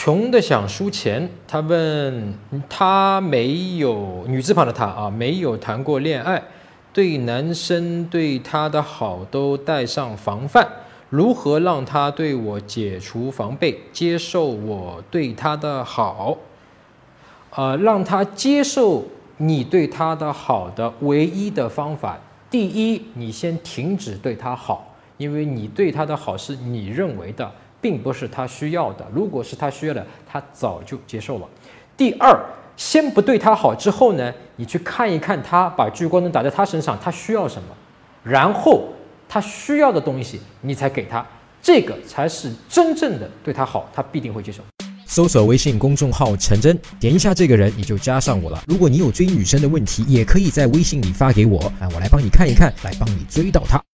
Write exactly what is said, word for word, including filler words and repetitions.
穷的想输钱，他问他没有女字旁的他啊，没有谈过恋爱，对男生对他的好都带上防范，如何让他对我解除防备，接受我对他的好？呃，让他接受你对他的好的唯一的方法，第一，你先停止对他好，因为你对他的好是你认为的。并不是他需要的，如果是他需要的，他早就接受了。第二，先不对他好之后呢，你去看一看他，把聚光灯打在他身上，他需要什么，然后他需要的东西你才给他，这个才是真正的对他好，他必定会接受。 搜索微信公众号陈真，点一下这个人你就加上我了。如果你有追女生的问题，也可以在微信里发给我，啊，我来帮你看一看，来帮你追到她。